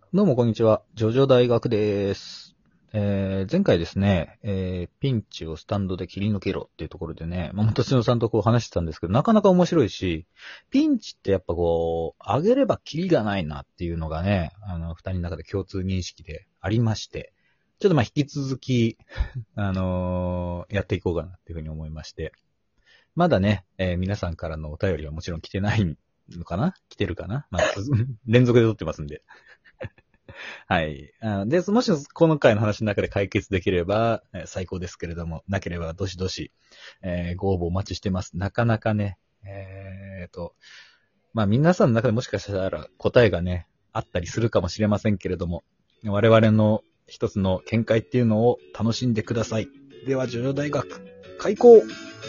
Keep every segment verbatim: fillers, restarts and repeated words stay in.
どうもこんにちは。ジョジョ大学です。えー、前回ですね、えー、ピンチをスタンドで切り抜けろっていうところでね、まあ、元篠さんとこう話してたんですけど、なかなか面白いし、ピンチってやっぱこう、上げればキリがないなっていうのがね、あの、二人の中で共通認識でありまして、ちょっとまあ引き続き、あのーやっていこうかなっていうふうに思いまして、まだね、えー皆さんからのお便りはもちろん来てないのかな来てるかなまあ、連続で撮ってますんで。はい。あで、もしこの回の話の中で解決できれば、えー最高ですけれども、なければどしどし、えーご応募お待ちしてます。なかなかね、えーと、まあ皆さんの中でもしかしたら答えがね、あったりするかもしれませんけれども、我々の一つの見解っていうのを楽しんでください。では、ジョジョ大学、開校。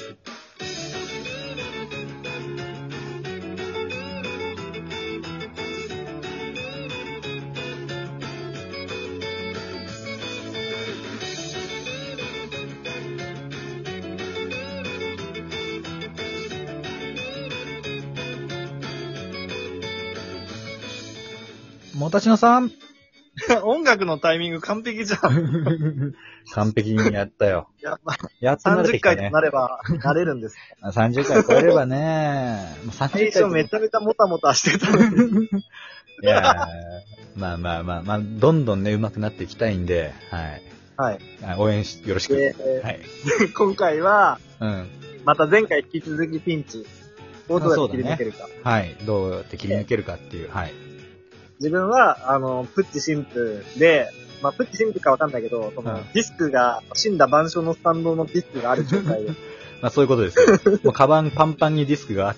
もたちのさん。 音楽のタイミング完璧じゃん。 完璧にやったよ。 やっぱ、 やっと慣れ 30 てきたね回と。なれば、なれるんです。 さんじゅっかい超えればね、もう最 30 初回めちゃめちゃもたもたしてたのに。 いやー、まあまあまあまあ、どんどんね、上手くなっていきたいんで、はい。 はい。 応援し、よろしく。 で、 はい。 今回は、 うん。 また前回引き続きピンチをどうやって切り抜けるか。 はい。どうやって切り抜けるかっていう、はい。 自分は、あの、プッチ神父で、まあ、プッチ神父かわかんないけど、その、 うんディスクが、死んだ万象のスタンドのディスクがある状態で。 まあそういうことですよ。もうカバンパンパンにディスクがあって、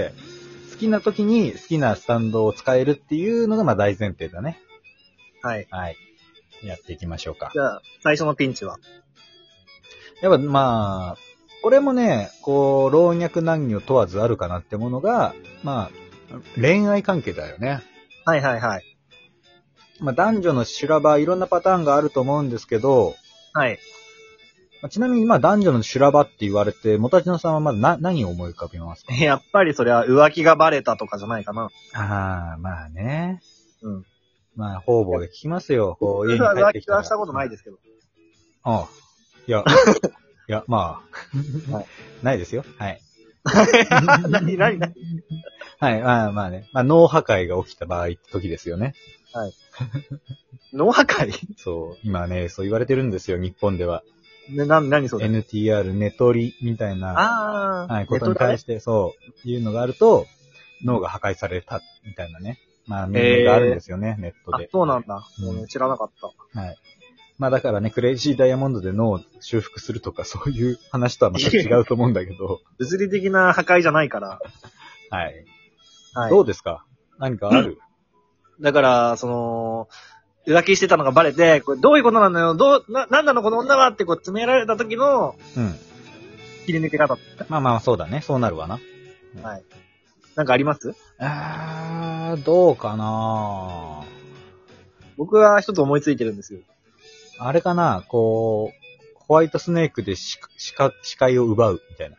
好きな時に好きなスタンドを使えるっていうのがまあ大前提だね。 はい。 はい。やっていきましょうか。 じゃあ、最初のピンチは。 やっぱまあ、これもね、こう、老若男女問わずあるかなってものが、まあ、恋愛関係だよね。 はいはいはい。 まあ男女の修羅場いろんなパターンがあると思うんですけど、 はい。 まあちなみにまあ男女の修羅場って言われて、もたちのさんはまずな何を思い浮かびますか？ やっぱりそれは浮気がバレたとかじゃないかな。 ああ、まあね。 うん。 まあ方々で聞きますよ。こう家に帰っ浮てきたら。 気はしたことないですけど。 ああ。いや、いや、まあ、 はいないですよ。はい。 何、何、何はい、まあまあね。まあ脳破壊が起きた場合って時ですよね。 はい。脳破壊そう。今ね、そう言われてるんですよ、日本では。 ね、な、何それエヌティーアール、寝取りみたいな、 ああ、 はい、ことに対して、そう、いうのがあると、脳が破壊された、みたいなね。まあ、メールがあるんですよね、ネットあで。、 そうなんだ。 うんもうね、知らなかった。 はい。まあだからね、クレイジーダイヤモンドで脳を修復するとか、そういう話とはまた違うと思うんだけど。 物理的な破壊じゃないから。 はい。 はい。 どうですか？何かある？ だから、その、浮気してたのがバレて、これどういうことなのよ、どう、な、なんなのこの女はってこう詰められた時のうん。 切り抜け方。 まあまあ、そうだね。そうなるわな。 はい。なんかありますあー、どうかな僕は一つ思いついてるんですよ。 あれかなこう、ホワイトスネークで視視界視界を奪うみたいな。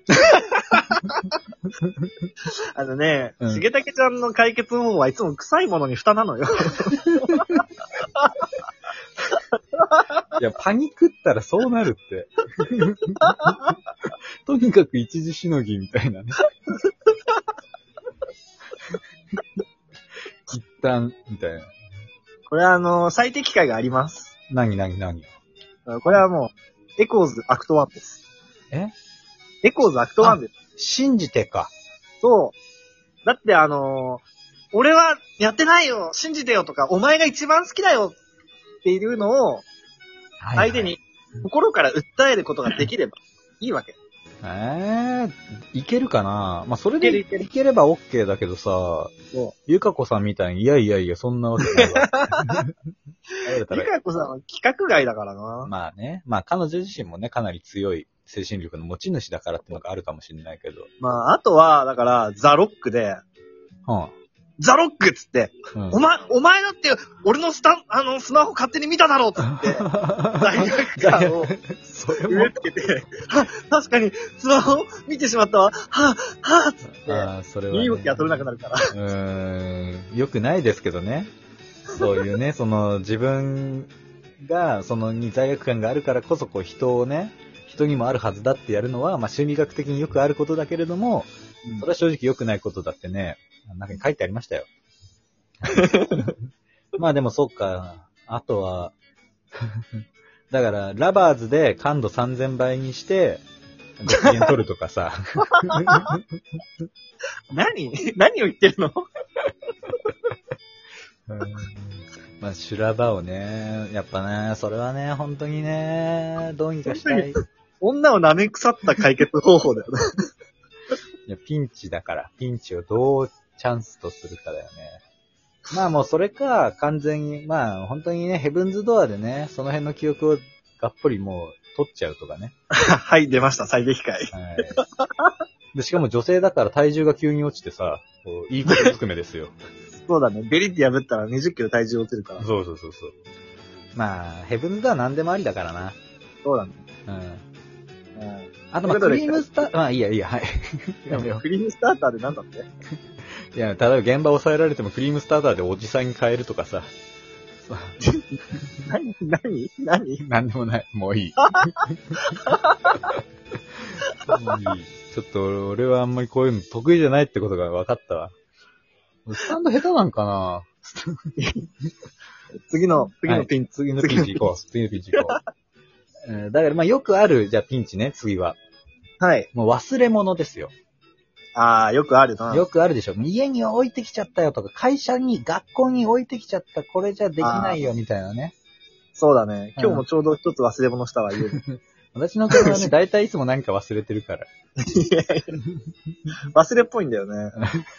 あのね、 うんしげたけちゃんの解決方法はいつも臭いものに蓋なのよ。 いや、パニクったらそうなるって。とにかく一時しのぎみたいなね。一旦、みたいな。 これはあの、最適解があります。 何何何これはもう、エコーズアクトワンです。 えエコーズアクトワンです。 信じてか。 そう。だってあのー俺はやってないよ信じてよとか、お前が一番好きだよっていうのを、相手に心から訴えることができればいいわけ。 えー、いけるかなまあ、それでいけるいけるいければ OK だけどさ、 そゆかこさんみたいに、いやいやいや、そんなわけないわ。言われたう。 らリカコさんは規格外だからな。 まあね。まあ彼女自身もね、かなり強い精神力の持ち主だからってのがあるかもしれないけど。 まあ、あとは、だから、ザ・ロックで、 はザ・ロックっつって、 あ、うんお前、お前だって、俺のスタン、あの、スマホ勝手に見ただろっつって、罪悪感をそれも植え、付けて、は、確かに、スマホ見てしまったわ、は、は、つって、 ああ、それは、ね。 身動きが取れなくなるから。 うーん、よくないですけどね。 そういうね、その自分が、そのに罪悪感があるからこそ、こう人をね、人にもあるはずだってやるのは、まあ心理学的によくあることだけれども、それは正直良くないことだってね、中に書いてありましたよ。まあでもそうか。あとは、だから、ラバーズで感度さんぜんばいにして、ご機嫌取るとかさ。 何何を言ってるのうんまあ、修羅場をね、やっぱね、それはね、本当にね、どうにかしたい。 女を舐め腐った解決方法だよね。 いや、ピンチだから、ピンチをどうチャンスとするかだよね。まあもうそれか、完全に、まあ本当にね、ヘブンズドアでね、その辺の記憶をがっぽりもう取っちゃうとかね。 はい、出ました、最適解。 はい。で、しかも女性だから体重が急に落ちてさ、こういいこと含めですよ。 そうだね、ベリって破ったらにじゅっキロ体重落ちるから。 そうそうそうそう。まあ、ヘブンズドア何でもありだからな。 そうだね。 うん。 うん。 あとまあ、クリームスター、まあいいやいいや、はい。やめよクリームスターターでなんだってう。いや、例えば現場抑えられてもクリームスターターでおじさんに変えるとかさ。 何何何なんでもない。もういい。もういい。ちょっと俺はあんまりこういうの得意じゃないってことが分かったわ。スタンド下手なんかな次の、次のピンチ。 次のピンチ行こう。次のピンチ行こう。えーだからまあよくある、じゃあピンチね、次は。 はい。 もう忘れ物ですよ。 ああ、よくあるな。 よくあるでしょ。家に置いてきちゃったよとか、会社に、学校に置いてきちゃった、これじゃできないよみたいなね。 そうだね。今日もちょうど一つ忘れ物したわ、家に。 私の車はね、大体いつも何か忘れてるから。 いやいや忘れっぽいんだよね。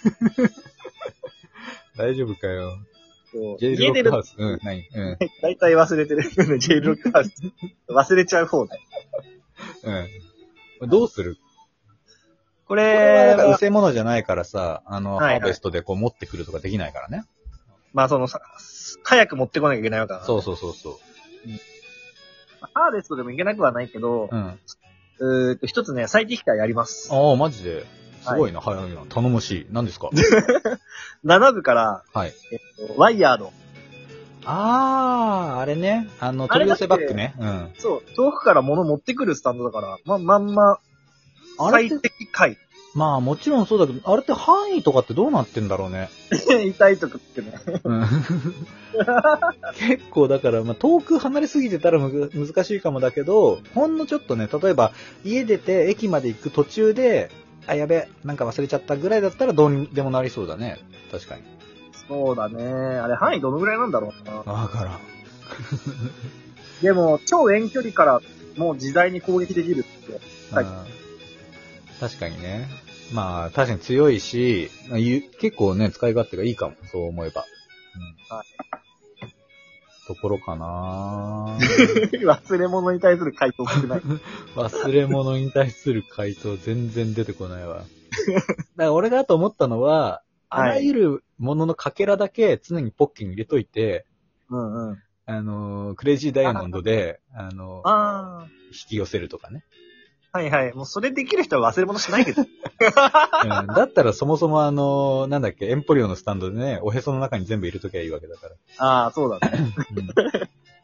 大丈夫かよ。 そうジェイルロックハウス。うん、何うん。 大体忘れてる。ジェイルロックハウス。忘れちゃう方ね。 うん。どうするここれはれなんかは、 薄いものじゃないからさ、あの、 はいはいハーベストでこう持ってくるとかできないからね。 まあそのさ、早く持ってこなきゃいけないわけだから。 そうそうそうそハーベストでもいけなくはないけどう。う、ん。 うーっと、一つね、最適解やります。 ああ、マジで。すごいな、早いな。頼もしい。何ですかなな部から、 はい。 えっと、ワイヤード。 ああ、あれね。あの、取り寄せバッグね。うん。 そう、遠くから物持ってくるスタンドだから、ま、まんま、最あれって、 適解。 まあもちろんそうだけど、あれって範囲とかってどうなってんだろうね。 痛いとこってね。 うん結構だから、まあ、遠く離れすぎてたらむ難しいかもだけど、ほんのちょっとね、例えば家出て駅まで行く途中で、あ、やべ、なんか忘れちゃったぐらいだったらどうにでもなりそうだね。確かに。 そうだね。あれ、範囲どのぐらいなんだろうな。 わからん。 でも、超遠距離からもう自在に攻撃できるって。はいうん確かにね。まあ、確かに強いし、まあゆ結構ね、使い勝手がいいかも。そう思えば。うん。 はいところかな忘れ物に対する回答少ない。 忘れ物に対する回答全然出てこないわ。だから俺があと思ったのは、あらゆるもののかけらだけ常にポッケに入れといて、 うんうん。 あの、クレイジーダイヤモンドで、あの、 あ引き寄せるとかね。 あ。はいはい。もうそれできる人は忘れ物しないけど。 うん、だったらそもそもあの、なんだっけ、エンポリオのスタンドでね、おへその中に全部入れときゃいいわけだから。 ああ、そうだね。 うんまあ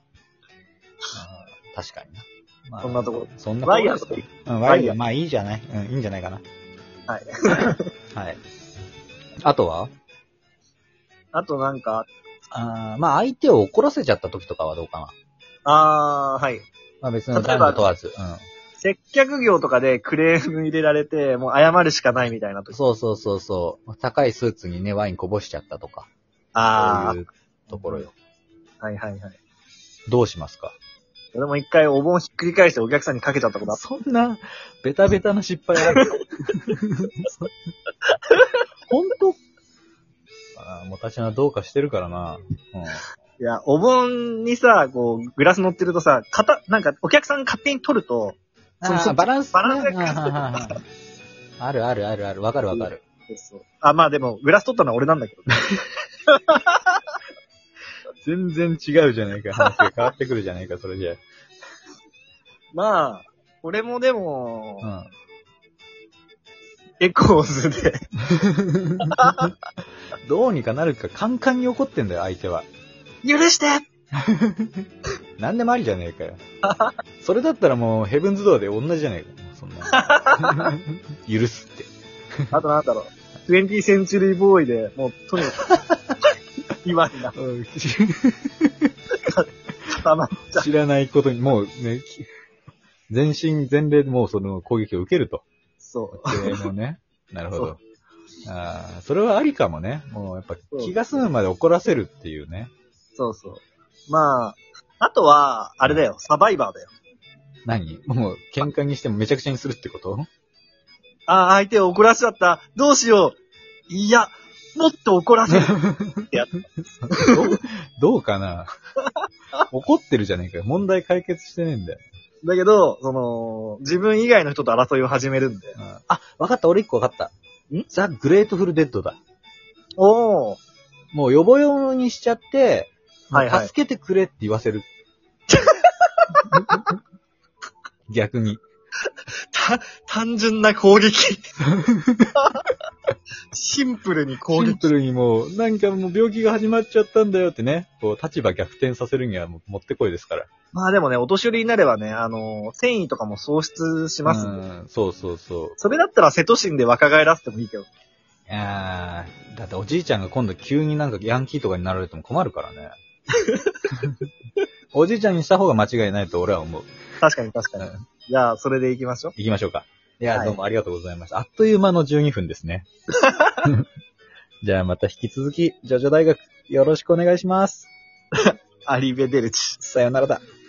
確かにな。まあそんなところ。 そんなところですかワイヤーとかいい。 うん、ワイヤー、まあいいじゃない。うん、いいんじゃないかな。 はい。 はい。あとはあとなんか、 あーまあ相手を怒らせちゃった時とかはどうかな。 ああ、はい。 まあ別の男女問わず。 接客業とかでクレーム入れられて、もう謝るしかないみたいなうん。 時。 そうそうそうそう。高いスーツにね、ワインこぼしちゃったとか。 あそういうところよ。 あ、はいはいはい。 どうしますか俺も一回お盆ひっくり返してお客さんにかけちゃったことあった。 そんな、ベタベタな失敗ある本当あーもう私はどうかしてるからな。うんいや、お盆にさ、こう、グラス乗ってるとさ、かた、なんかお客さんが勝手に取ると、そのあーバランスね、 バランスがうんうんうんうんあるあるあるある。わかるわかる。 そうそうあ、まあでも、グラス取ったのは俺なんだけど。 全然違うじゃないか。話が変わってくるじゃないか、それじゃまあ、俺もでも、 あ。 エコーズで。 うん。どうにかなるか、カンカンに怒ってんだよ、相手は。 許してなんでもありじゃねえかよ。それだったらもうヘブンズドアで同じじゃねえか。もうそんな。許すって。 あとなんだろう。トゥエンティーセンチュリーボーイで、もうとにかく、今にな。固まっちゃう。 知らないことに、もうね、全身全霊でもうその攻撃を受けると。 そう。 でもね。なるほど。ああ、それはありかもね。もうやっぱ気が済むまで怒らせるっていうね。 そうそう。まあ、あとは、あれだよ、サバイバーだよ。 何もう喧嘩にしてもめちゃくちゃにするってこと？ ああ、相手を怒らせちゃった。どうしよう。いや、もっと怒らせる。ってやった。 どう、どうかな怒ってるじゃねえかよ。問題解決してねえんだよ。 だけど、その、自分以外の人と争いを始めるんで。 あ、わかった。俺一個わかった。んザ・グレートフル・デッドだ。 おー。 もう予防用にしちゃって、 はいはい。 助けてくれって言わせる。逆に。 た、単純な攻撃。シンプルに攻撃。 シンプルにもう、なんかもう病気が始まっちゃったんだよってね、こう立場逆転させるにはもうもってこいですから。 まあでもね、お年寄りになればね、あの、繊維とかも喪失しますんで。 うん、そうそうそう。 それだったら瀬戸神で若返らせてもいいけど。 いやー、だっておじいちゃんが今度急になんかヤンキーとかになられても困るからね。おじいちゃんにした方が間違いないと俺は思う。 確かに確かに。 うん、 じゃあ、それで行きましょう。 行きましょうか。いやー、 はいどうもありがとうございました。あっという間のじゅうにふんですね。じゃあまた引き続き、ジョジョ大学よろしくお願いします。 アリベデルチ。 さよならだ。